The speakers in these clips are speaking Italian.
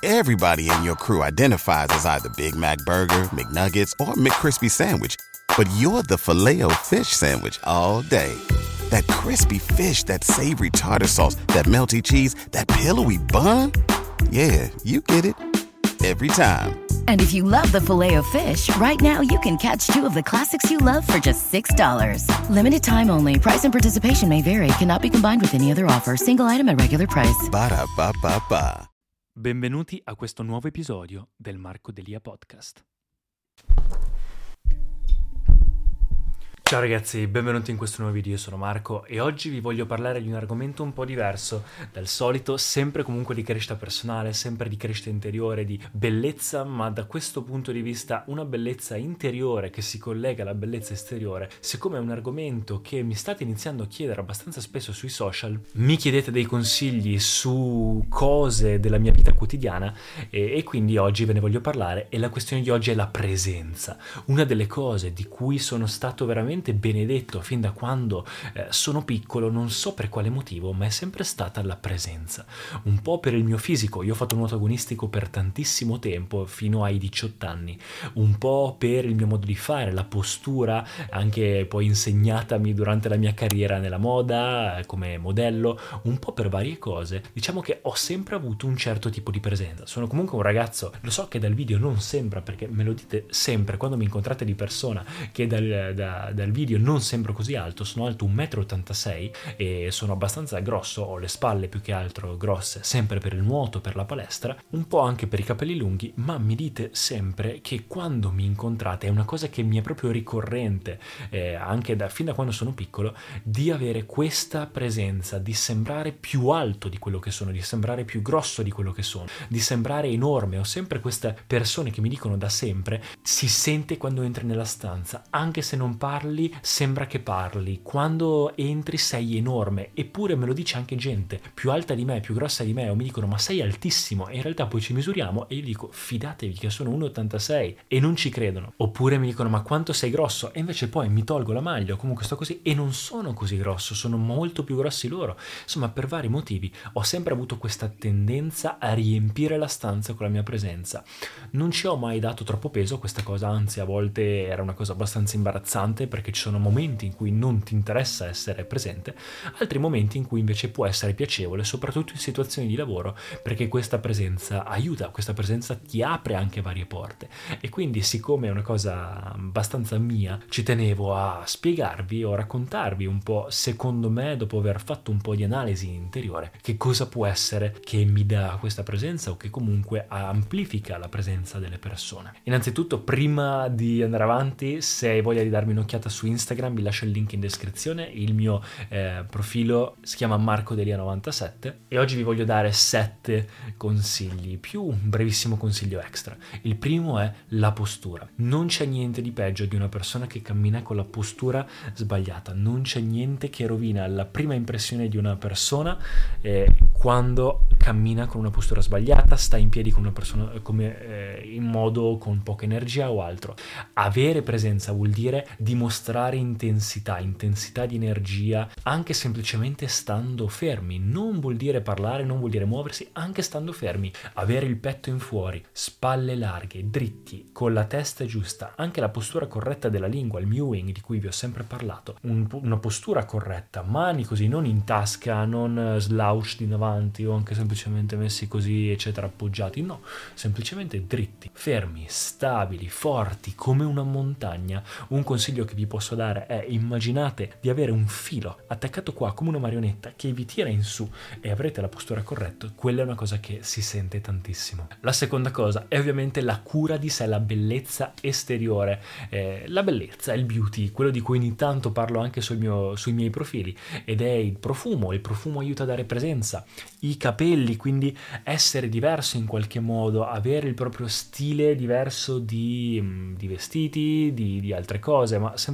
Everybody in your crew identifies as either Big Mac Burger, McNuggets, or McCrispy Sandwich. But you're the Filet-O-Fish Sandwich all day. That crispy fish, that savory tartar sauce, that melty cheese, that pillowy bun. Yeah, you get it. Every time. And if you love the Filet-O-Fish, right now you can catch two of the classics you love for just $6. Limited time only. Price and participation may vary. Cannot be combined with any other offer. Single item at regular price. Ba-da-ba-ba-ba. Benvenuti a questo nuovo episodio del Marco Delia Podcast. Ciao ragazzi, benvenuti in questo nuovo video, io sono Marco e oggi vi voglio parlare di un argomento un po' diverso dal solito, sempre comunque di crescita personale, sempre di crescita interiore, di bellezza, ma da questo punto di vista una bellezza interiore che si collega alla bellezza esteriore. Siccome è un argomento che mi state iniziando a chiedere abbastanza spesso sui social, mi chiedete dei consigli su cose della mia vita quotidiana e quindi oggi ve ne voglio parlare e la questione di oggi è la presenza. Una delle cose di cui sono stato veramente benedetto fin da quando sono piccolo, non so per quale motivo, ma è sempre stata la presenza. Un po' per il mio fisico, io ho fatto nuoto agonistico per tantissimo tempo, fino ai 18 anni, un po' per il mio modo di fare, la postura, anche poi insegnatami durante la mia carriera nella moda, come modello, un po' per varie cose. Diciamo che ho sempre avuto un certo tipo di presenza. Sono comunque un ragazzo, lo so che dal video non sembra, perché me lo dite sempre quando mi incontrate di persona, che dal video non sembro così alto, sono alto 1,86 m e sono abbastanza grosso, ho le spalle più che altro grosse, sempre per il nuoto, per la palestra, un po' anche per i capelli lunghi, ma mi dite sempre che quando mi incontrate, è una cosa che mi è proprio ricorrente, anche fin da quando sono piccolo, di avere questa presenza, di sembrare più alto di quello che sono, di sembrare più grosso di quello che sono, di sembrare enorme. Ho sempre queste persone che mi dicono da sempre, si sente quando entri nella stanza, anche se non parli, sembra che parli, quando entri sei enorme, eppure me lo dice anche gente più alta di me, più grossa di me, o mi dicono ma sei altissimo, e in realtà poi ci misuriamo e io dico fidatevi che sono 1,86 m e non ci credono, oppure mi dicono ma quanto sei grosso, e invece poi mi tolgo la maglia o comunque sto così e non sono così grosso, sono molto più grossi loro. Insomma, per vari motivi ho sempre avuto questa tendenza a riempire la stanza con la mia presenza. Non ci ho mai dato troppo peso a questa cosa, anzi a volte era una cosa abbastanza imbarazzante, perché ci sono momenti in cui non ti interessa essere presente, altri momenti in cui invece può essere piacevole, soprattutto in situazioni di lavoro, perché questa presenza aiuta, questa presenza ti apre anche varie porte. E quindi, siccome è una cosa abbastanza mia, ci tenevo a spiegarvi o raccontarvi un po', secondo me, dopo aver fatto un po' di analisi interiore, che cosa può essere che mi dà questa presenza o che comunque amplifica la presenza delle persone. Innanzitutto, prima di andare avanti, se hai voglia di darmi un'occhiata su Instagram, vi lascio il link in descrizione. Il mio profilo si chiama MarcoDelia97 e oggi vi voglio dare 7 consigli, più un brevissimo consiglio extra. Il primo è la postura. Non c'è niente di peggio di una persona che cammina con la postura sbagliata, non c'è niente che rovina la prima impressione di una persona quando cammina con una postura sbagliata, sta in piedi con una persona in modo con poca energia o altro. Avere presenza vuol dire dimostrare intensità di energia, anche semplicemente stando fermi. Non vuol dire parlare, non vuol dire muoversi, anche stando fermi. Avere il petto in fuori, spalle larghe, dritti, con la testa giusta, anche la postura corretta della lingua, il mewing di cui vi ho sempre parlato, una postura corretta, mani così, non in tasca, non slouch in avanti o anche semplicemente messi così eccetera, appoggiati, no, semplicemente dritti, fermi, stabili, forti, come una montagna. Un consiglio che vi posso dare è: immaginate di avere un filo attaccato qua come una marionetta che vi tira in su e avrete la postura corretta. Quella è una cosa che si sente tantissimo. La seconda cosa è ovviamente la cura di sé, la bellezza esteriore, la bellezza, il beauty, quello di cui ogni tanto parlo anche sui miei profili, ed è il profumo. Il profumo aiuta a dare presenza, i capelli, quindi essere diverso in qualche modo, avere il proprio stile diverso di vestiti, di altre cose, ma semplicemente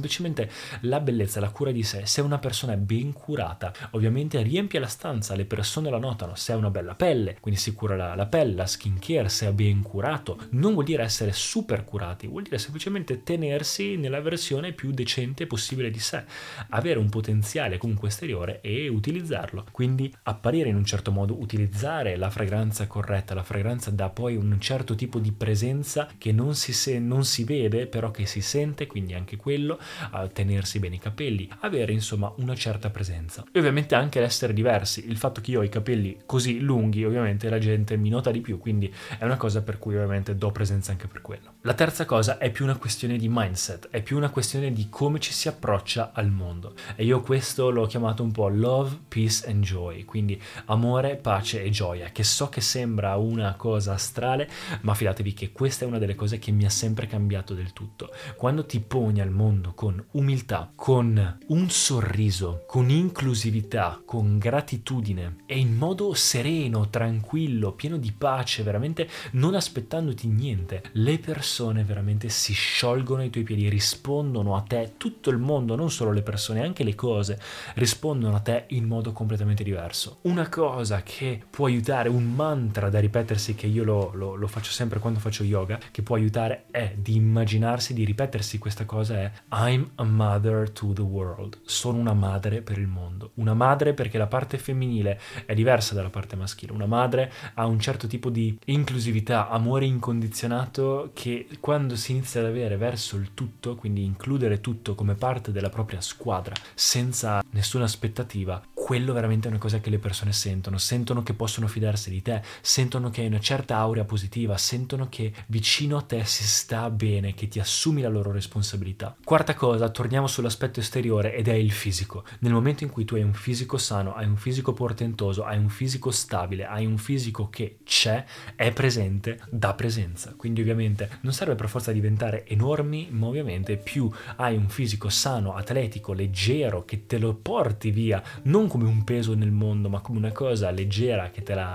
semplicemente la bellezza, la cura di sé. Se una persona è ben curata, ovviamente riempie la stanza, le persone la notano. Se ha una bella pelle, quindi si cura la pelle, la skincare, se è ben curato, non vuol dire essere super curati, vuol dire semplicemente tenersi nella versione più decente possibile di sé, avere un potenziale comunque esteriore e utilizzarlo, quindi apparire in un certo modo, utilizzare la fragranza corretta. La fragranza dà poi un certo tipo di presenza che non si vede, però che si sente, quindi anche quello, tenersi bene i capelli, avere insomma una certa presenza. E ovviamente anche l'essere diversi, il fatto che io ho i capelli così lunghi, ovviamente la gente mi nota di più, quindi è una cosa per cui ovviamente do presenza anche per quello. La terza cosa è più una questione di mindset, è più una questione di come ci si approccia al mondo, e io questo l'ho chiamato un po' love, peace and joy, quindi amore, pace e gioia, che so che sembra una cosa astrale, ma fidatevi che questa è una delle cose che mi ha sempre cambiato del tutto. Quando ti poni al mondo con umiltà, con un sorriso, con inclusività, con gratitudine e in modo sereno, tranquillo, pieno di pace, veramente non aspettandoti niente, le persone veramente si sciolgono ai tuoi piedi, rispondono a te, tutto il mondo, non solo le persone, anche le cose rispondono a te in modo completamente diverso. Una cosa che può aiutare, un mantra da ripetersi, che io lo faccio sempre quando faccio yoga, che può aiutare, è di immaginarsi, di ripetersi questa cosa, è I'm a mother to the world. Sono una madre per il mondo. Una madre perché la parte femminile è diversa dalla parte maschile. Una madre ha un certo tipo di inclusività, amore incondizionato che quando si inizia ad avere verso il tutto, quindi includere tutto come parte della propria squadra senza nessuna aspettativa, quello veramente è una cosa che le persone sentono che possono fidarsi di te, sentono che hai una certa aurea positiva, sentono che vicino a te si sta bene, che ti assumi la loro responsabilità. Quarta cosa, torniamo sull'aspetto esteriore, ed è il fisico. Nel momento in cui tu hai un fisico sano, hai un fisico portentoso, hai un fisico stabile, hai un fisico che c'è, è presente, dà presenza. Quindi ovviamente non serve per forza diventare enormi, ma ovviamente più hai un fisico sano, atletico, leggero, che te lo porti via, non come un peso nel mondo, ma come una cosa leggera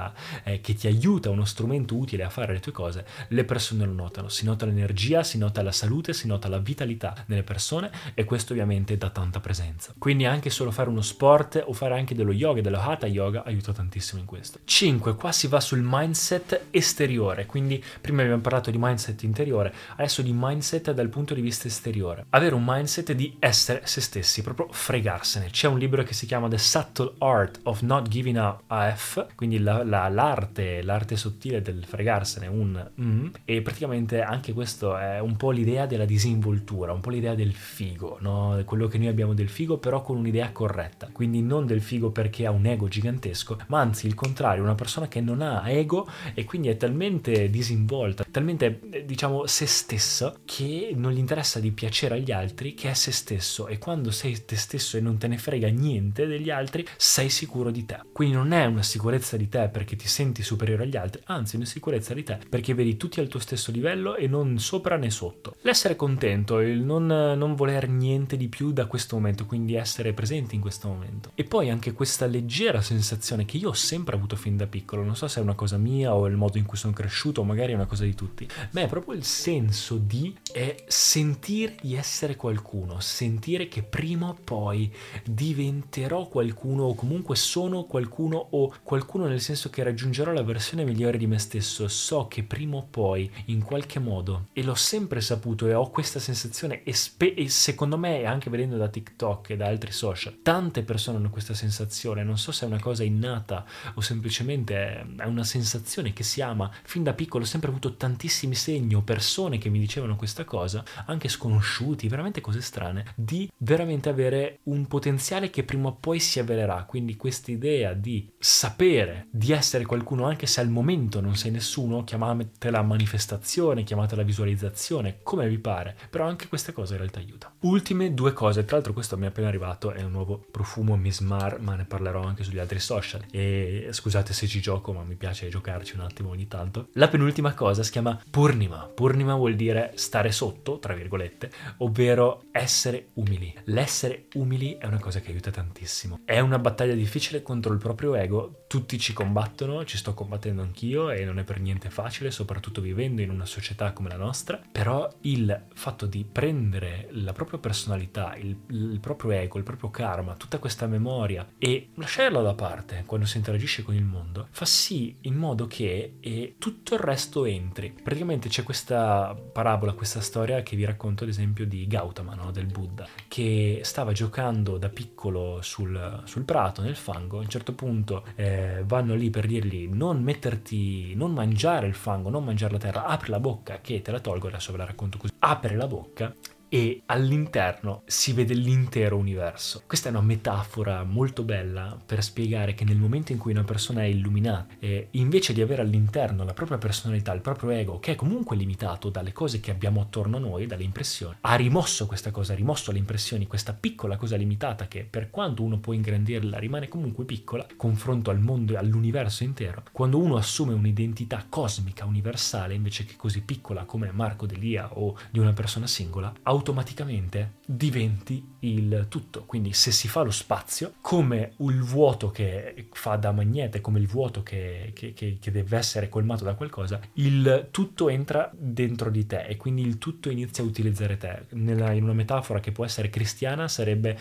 che ti aiuta, uno strumento utile a fare le tue cose, le persone lo notano, si nota l'energia, si nota la salute, si nota la vitalità nelle persone, e questo ovviamente dà tanta presenza. Quindi anche solo fare uno sport o fare anche dello yoga, dello hatha yoga, aiuta tantissimo in questo. 5. Qua si va sul mindset esteriore, quindi prima abbiamo parlato di mindset interiore, adesso di mindset dal punto di vista esteriore. Avere un mindset di essere se stessi, proprio fregarsene. C'è un libro che si chiama The Subtle Art of Not Giving a F, quindi l'arte sottile del fregarsene, e praticamente anche questo è un po' l'idea della disinvoltura, un po' l'idea del figo, no? Quello che noi abbiamo del figo, però con un'idea corretta, quindi non del figo perché ha un ego gigantesco, ma anzi il contrario, una persona che non ha ego e quindi è talmente disinvolta, talmente diciamo se stessa, che non gli interessa di piacere agli altri, che è se stesso, e quando sei te stesso e non te ne frega niente degli altri, sei sicuro di te. Quindi non è una sicurezza di te perché ti senti superiore agli altri, anzi una sicurezza di te perché vedi tutti al tuo stesso livello e non sopra né sotto. L'essere contento, il non voler niente di più da questo momento, quindi essere presenti in questo momento. E poi anche questa leggera sensazione che io ho sempre avuto fin da piccolo, non so se è una cosa mia o il modo in cui sono cresciuto o magari è una cosa di tutti, ma è proprio il senso di sentire di essere qualcuno, sentire che prima o poi diventerò qualcuno, o comunque sono qualcuno, o qualcuno nel senso che raggiungerò la versione migliore di me stesso. So che prima o poi in qualche modo, e l'ho sempre saputo e ho questa sensazione, e secondo me anche vedendo da TikTok e da altri social tante persone hanno questa sensazione, non so se è una cosa innata o semplicemente è una sensazione che si ama. Fin da piccolo ho sempre avuto tantissimi segni o persone che mi dicevano questa cosa, anche sconosciuti, veramente cose strane, di veramente avere un potenziale che prima o poi si avvererà. Quindi questa idea di sapere di essere qualcuno anche se al momento non sei nessuno, chiamatela manifestazione, chiamatela visualizzazione, come vi pare, però anche questa cosa in realtà aiuta. Ultime due cose, tra l'altro questo mi è appena arrivato, è un nuovo profumo Mismar, ma ne parlerò anche sugli altri social, e scusate se ci gioco, ma mi piace giocarci un attimo ogni tanto. La penultima cosa si chiama Purnima. Purnima vuol dire stare sotto, tra virgolette, ovvero essere umili. L'essere umili è una cosa che aiuta tantissimo. È una battaglia difficile contro il proprio ego, tutti ci combattono, ci sto combattendo anch'io e non è per niente facile, soprattutto vivendo in una società come la nostra, però il fatto di prendere la propria personalità, il proprio ego, il proprio karma, tutta questa memoria e lasciarla da parte quando si interagisce con il mondo, fa sì in modo che tutto il resto entri. Praticamente c'è questa parabola, questa storia che vi racconto ad esempio di Gautama, no? Del Buddha, che stava giocando da piccolo sul prato, nel fango. A un certo punto vanno lì per dirgli non mangiare il fango, non mangiare la terra, apri la bocca che te la tolgo. Adesso ve la racconto così. Apre la bocca e all'interno si vede l'intero universo. Questa è una metafora molto bella per spiegare che nel momento in cui una persona è illuminata, invece di avere all'interno la propria personalità, il proprio ego, che è comunque limitato dalle cose che abbiamo attorno a noi, dalle impressioni, ha rimosso questa cosa, ha rimosso le impressioni, questa piccola cosa limitata che per quanto uno può ingrandirla rimane comunque piccola confronto al mondo e all'universo intero. Quando uno assume un'identità cosmica universale invece che così piccola come Marco Delia o di una persona singola, automaticamente diventi il tutto. Quindi se si fa lo spazio come il vuoto che fa da magnete, come il vuoto che deve essere colmato da qualcosa, il tutto entra dentro di te e quindi il tutto inizia a utilizzare te. In una metafora che può essere cristiana sarebbe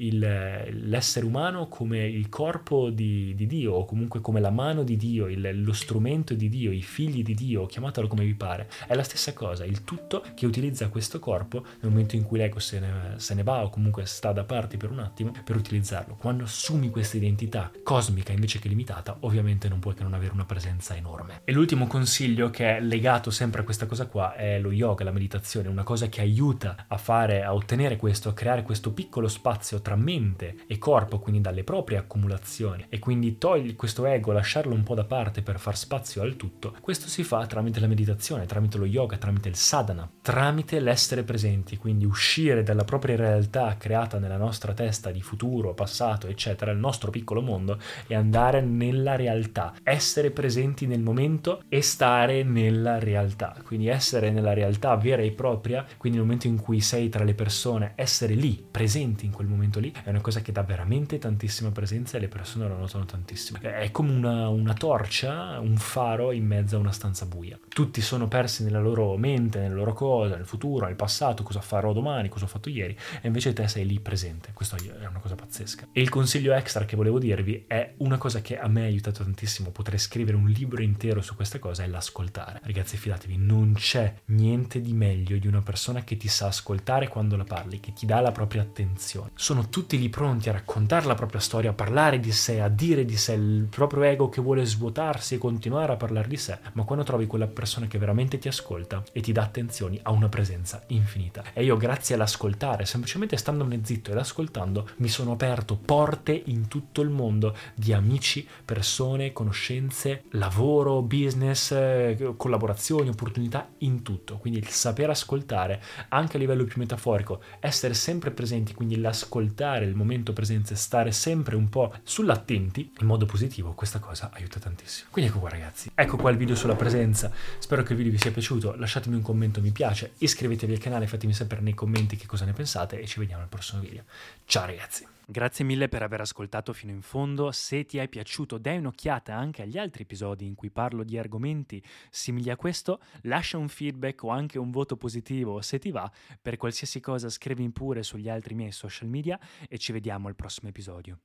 l'essere umano come il corpo di Dio, o comunque come la mano di Dio, lo strumento di Dio, i figli di Dio, chiamatelo come vi pare. È la stessa cosa, il tutto che utilizza questo corpo nel momento in cui l'ego se ne va o comunque sta da parte per un attimo per utilizzarlo. Quando assumi questa identità cosmica invece che limitata, ovviamente non puoi che non avere una presenza enorme. E l'ultimo consiglio, che è legato sempre a questa cosa qua, è lo yoga, la meditazione, una cosa che aiuta a ottenere questo, a creare questo piccolo spazio tra mente e corpo, quindi dalle proprie accumulazioni, e quindi togli questo ego, lasciarlo un po' da parte per far spazio al tutto. Questo si fa tramite la meditazione, tramite lo yoga, tramite il sadhana, tramite l'essere presenti, quindi uscire dalla propria realtà creata nella nostra testa di futuro, passato, eccetera, il nostro piccolo mondo, e andare nella realtà, essere presenti nel momento e stare nella realtà, quindi essere nella realtà vera e propria, quindi nel momento in cui sei tra le persone, essere lì, presenti in quel momento lì, è una cosa che dà veramente tantissima presenza e le persone lo notano tantissimo. È come una torcia, un faro in mezzo a una stanza buia. Tutti sono persi nella loro mente, nelle loro cose, nel futuro, nel passato, cosa farò domani, cosa ho fatto ieri, e invece te sei lì presente. Questo è una cosa pazzesca. E il consiglio extra che volevo dirvi è una cosa che a me ha aiutato tantissimo, potrei scrivere un libro intero su questa cosa, è l'ascoltare. Ragazzi, fidatevi, non c'è niente di meglio di una persona che ti sa ascoltare quando la parli, che ti dà la propria attenzione. Sono tutti lì pronti a raccontare la propria storia, a parlare di sé, a dire di sé, il proprio ego che vuole svuotarsi e continuare a parlare di sé, ma quando trovi quella persona che veramente ti ascolta e ti dà attenzioni, ha una presenza infinita. E io, grazie all'ascoltare, semplicemente standone zitto ed ascoltando, mi sono aperto porte in tutto il mondo di amici, persone, conoscenze, lavoro, business, collaborazioni, opportunità, in tutto. Quindi il saper ascoltare anche a livello più metaforico, essere sempre presenti, quindi l'ascoltare, il momento presente, stare sempre un po' sull'attenti in modo positivo, questa cosa aiuta tantissimo. Quindi ecco qua ragazzi, ecco qua il video sulla presenza. Spero che il video vi sia piaciuto, lasciatemi un commento mi piace, iscrivetevi al canale, fatemi sapere nei commenti che cosa ne pensate e ci vediamo al prossimo video. Ciao ragazzi! Grazie mille per aver ascoltato fino in fondo. Se ti è piaciuto, dai un'occhiata anche agli altri episodi in cui parlo di argomenti simili a questo, lascia un feedback o anche un voto positivo se ti va. Per qualsiasi cosa scrivi pure sugli altri miei social media e ci vediamo al prossimo episodio.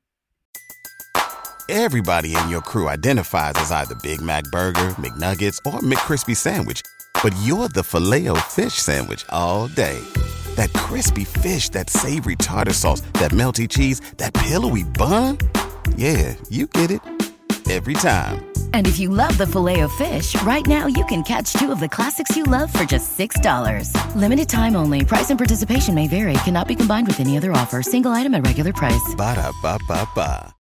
Everybody in your crew identifies as either Big Mac Burger, McNuggets, or McCrispy Sandwich. But you're the Filet-O-Fish Sandwich all day. That crispy fish, that savory tartar sauce, that melty cheese, that pillowy bun. Yeah, you get it. Every time. And if you love the Filet-O-Fish, right now you can catch two of the classics you love for just $6. Limited time only. Price and participation may vary. Cannot be combined with any other offer. Single item at regular price. Ba-da-ba-ba-ba.